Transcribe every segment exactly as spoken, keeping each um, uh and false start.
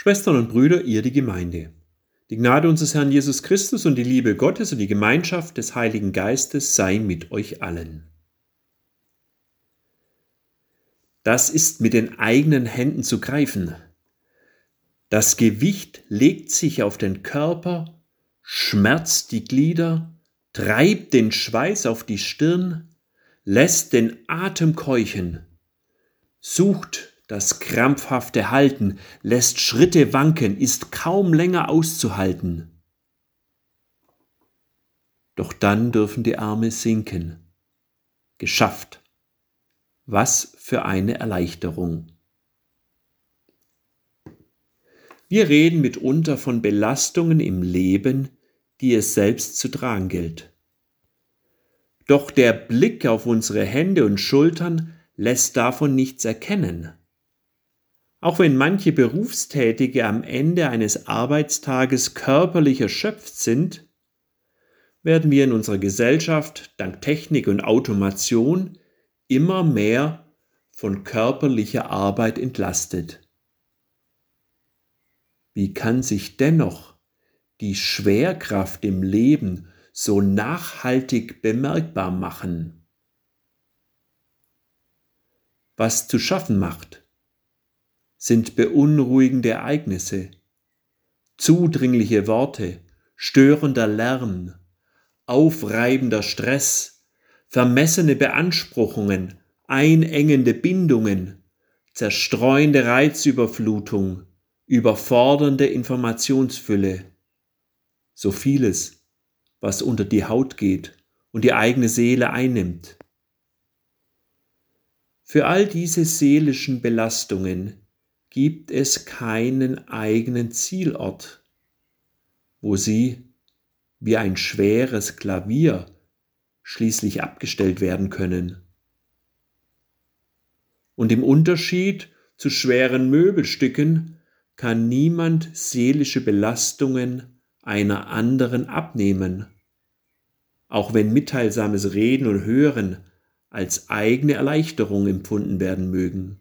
Schwestern und Brüder, ihr die Gemeinde. Die Gnade unseres Herrn Jesus Christus und die Liebe Gottes und die Gemeinschaft des Heiligen Geistes sei mit euch allen. Das ist mit den eigenen Händen zu greifen. Das Gewicht legt sich auf den Körper, schmerzt die Glieder, treibt den Schweiß auf die Stirn, lässt den Atem keuchen, sucht das krampfhafte Halten, lässt Schritte wanken, ist kaum länger auszuhalten. Doch dann dürfen die Arme sinken. Geschafft. Was für eine Erleichterung. Wir reden mitunter von Belastungen im Leben, die es selbst zu tragen gilt. Doch der Blick auf unsere Hände und Schultern lässt davon nichts erkennen. Auch wenn manche Berufstätige am Ende eines Arbeitstages körperlich erschöpft sind, werden wir in unserer Gesellschaft dank Technik und Automation immer mehr von körperlicher Arbeit entlastet. Wie kann sich dennoch die Schwerkraft im Leben so nachhaltig bemerkbar machen? Was zu schaffen macht, sind beunruhigende Ereignisse, zudringliche Worte, störender Lärm, aufreibender Stress, vermessene Beanspruchungen, einengende Bindungen, zerstreuende Reizüberflutung, überfordernde Informationsfülle. So vieles, was unter die Haut geht und die eigene Seele einnimmt. Für all diese seelischen Belastungen gibt es keinen eigenen Zielort, wo sie wie ein schweres Klavier schließlich abgestellt werden können. Und im Unterschied zu schweren Möbelstücken kann niemand seelische Belastungen einer anderen abnehmen, auch wenn mitteilsames Reden und Hören als eigene Erleichterung empfunden werden mögen.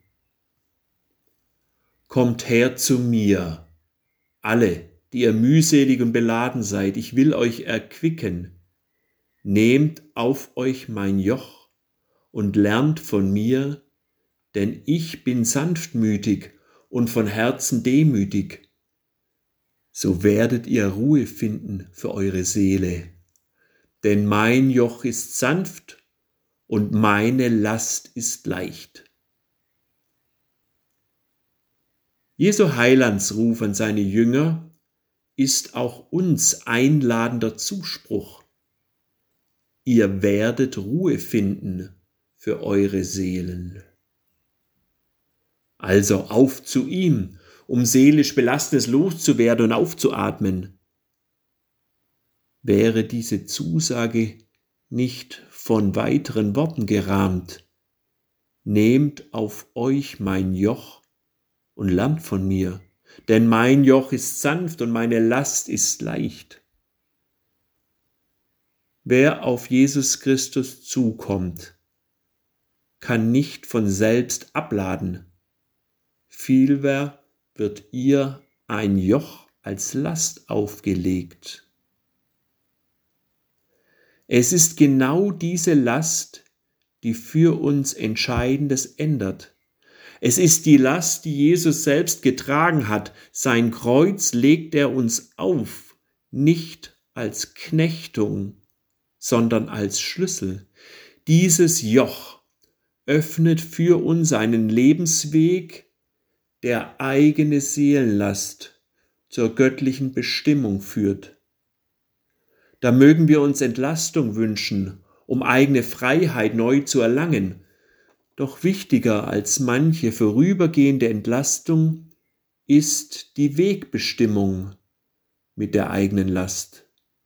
Kommt her zu mir, alle, die ihr mühselig und beladen seid, ich will euch erquicken. Nehmt auf euch mein Joch und lernt von mir, denn ich bin sanftmütig und von Herzen demütig. So werdet ihr Ruhe finden für eure Seele, denn mein Joch ist sanft und meine Last ist leicht. Jesu Heilandsruf an seine Jünger ist auch uns einladender Zuspruch. Ihr werdet Ruhe finden für eure Seelen. Also auf zu ihm, um seelisch Belastendes loszuwerden und aufzuatmen. Wäre diese Zusage nicht von weiteren Worten gerahmt: Nehmt auf euch mein Joch und lernt von mir, denn mein Joch ist sanft und meine Last ist leicht. Wer auf Jesus Christus zukommt, kann nicht von selbst abladen. Vielmehr wird ihr ein Joch als Last aufgelegt. Es ist genau diese Last, die für uns Entscheidendes ändert. Es ist die Last, die Jesus selbst getragen hat. Sein Kreuz legt er uns auf, nicht als Knechtung, sondern als Schlüssel. Dieses Joch öffnet für uns einen Lebensweg, der eigene Seelenlast zur göttlichen Bestimmung führt. Da mögen wir uns Entlastung wünschen, um eigene Freiheit neu zu erlangen. Doch wichtiger als manche vorübergehende Entlastung ist die Wegbestimmung mit der eigenen Last.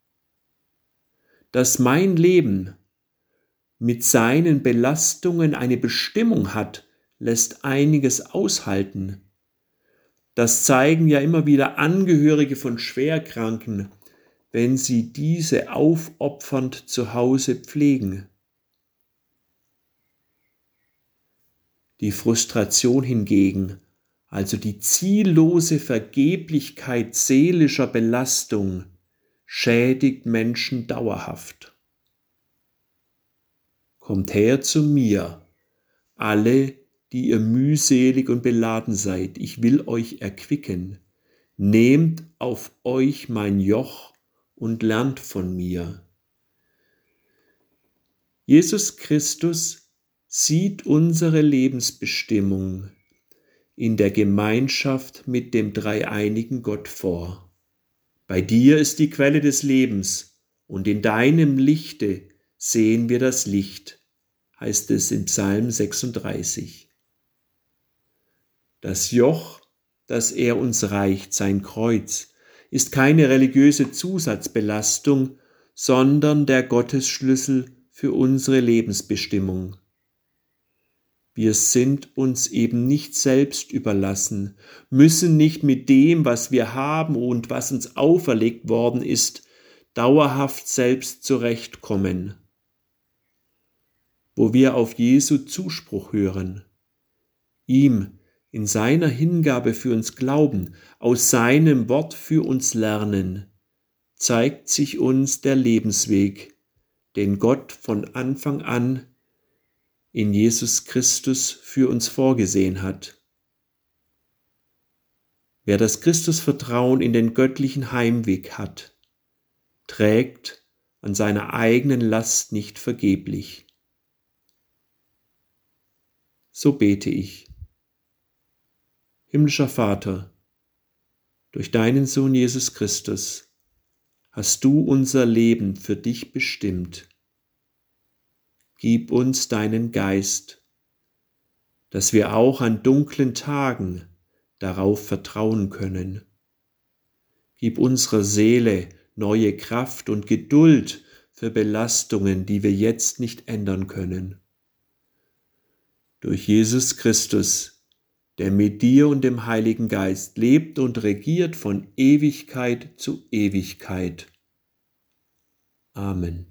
Dass mein Leben mit seinen Belastungen eine Bestimmung hat, lässt einiges aushalten. Das zeigen ja immer wieder Angehörige von Schwerkranken, wenn sie diese aufopfernd zu Hause pflegen. Die Frustration hingegen also die ziellose Vergeblichkeit seelischer Belastung, schädigt Menschen dauerhaft. Kommt her zu mir, alle, die ihr mühselig und beladen seid, ich will euch erquicken. Nehmt auf euch mein Joch und lernt von mir. Jesus Christus sieht unsere Lebensbestimmung in der Gemeinschaft mit dem dreieinigen Gott vor. Bei dir ist die Quelle des Lebens und in deinem Lichte sehen wir das Licht, heißt es im Psalm sechsunddreißig. Das Joch, das er uns reicht, sein Kreuz, ist keine religiöse Zusatzbelastung, sondern der Gottesschlüssel für unsere Lebensbestimmung. Wir sind uns eben nicht selbst überlassen, müssen nicht mit dem, was wir haben und was uns auferlegt worden ist, dauerhaft selbst zurechtkommen. Wo wir auf Jesu Zuspruch hören, ihm in seiner Hingabe für uns glauben, aus seinem Wort für uns lernen, zeigt sich uns der Lebensweg, den Gott von Anfang an in Jesus Christus für uns vorgesehen hat. Wer das Christusvertrauen in den göttlichen Heimweg hat, trägt an seiner eigenen Last nicht vergeblich. So bete ich. Himmlischer Vater, durch deinen Sohn Jesus Christus hast du unser Leben für dich bestimmt. Gib uns deinen Geist, dass wir auch an dunklen Tagen darauf vertrauen können. Gib unserer Seele neue Kraft und Geduld für Belastungen, die wir jetzt nicht ändern können. Durch Jesus Christus, der mit dir und dem Heiligen Geist lebt und regiert von Ewigkeit zu Ewigkeit. Amen.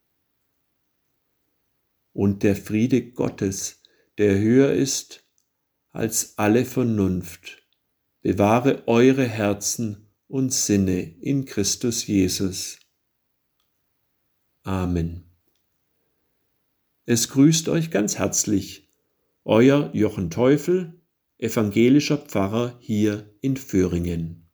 Und der Friede Gottes, der höher ist als alle Vernunft, bewahre eure Herzen und Sinne in Christus Jesus. Amen. Es grüßt euch ganz herzlich, euer Jochen Teufel, evangelischer Pfarrer hier in Vöhringen.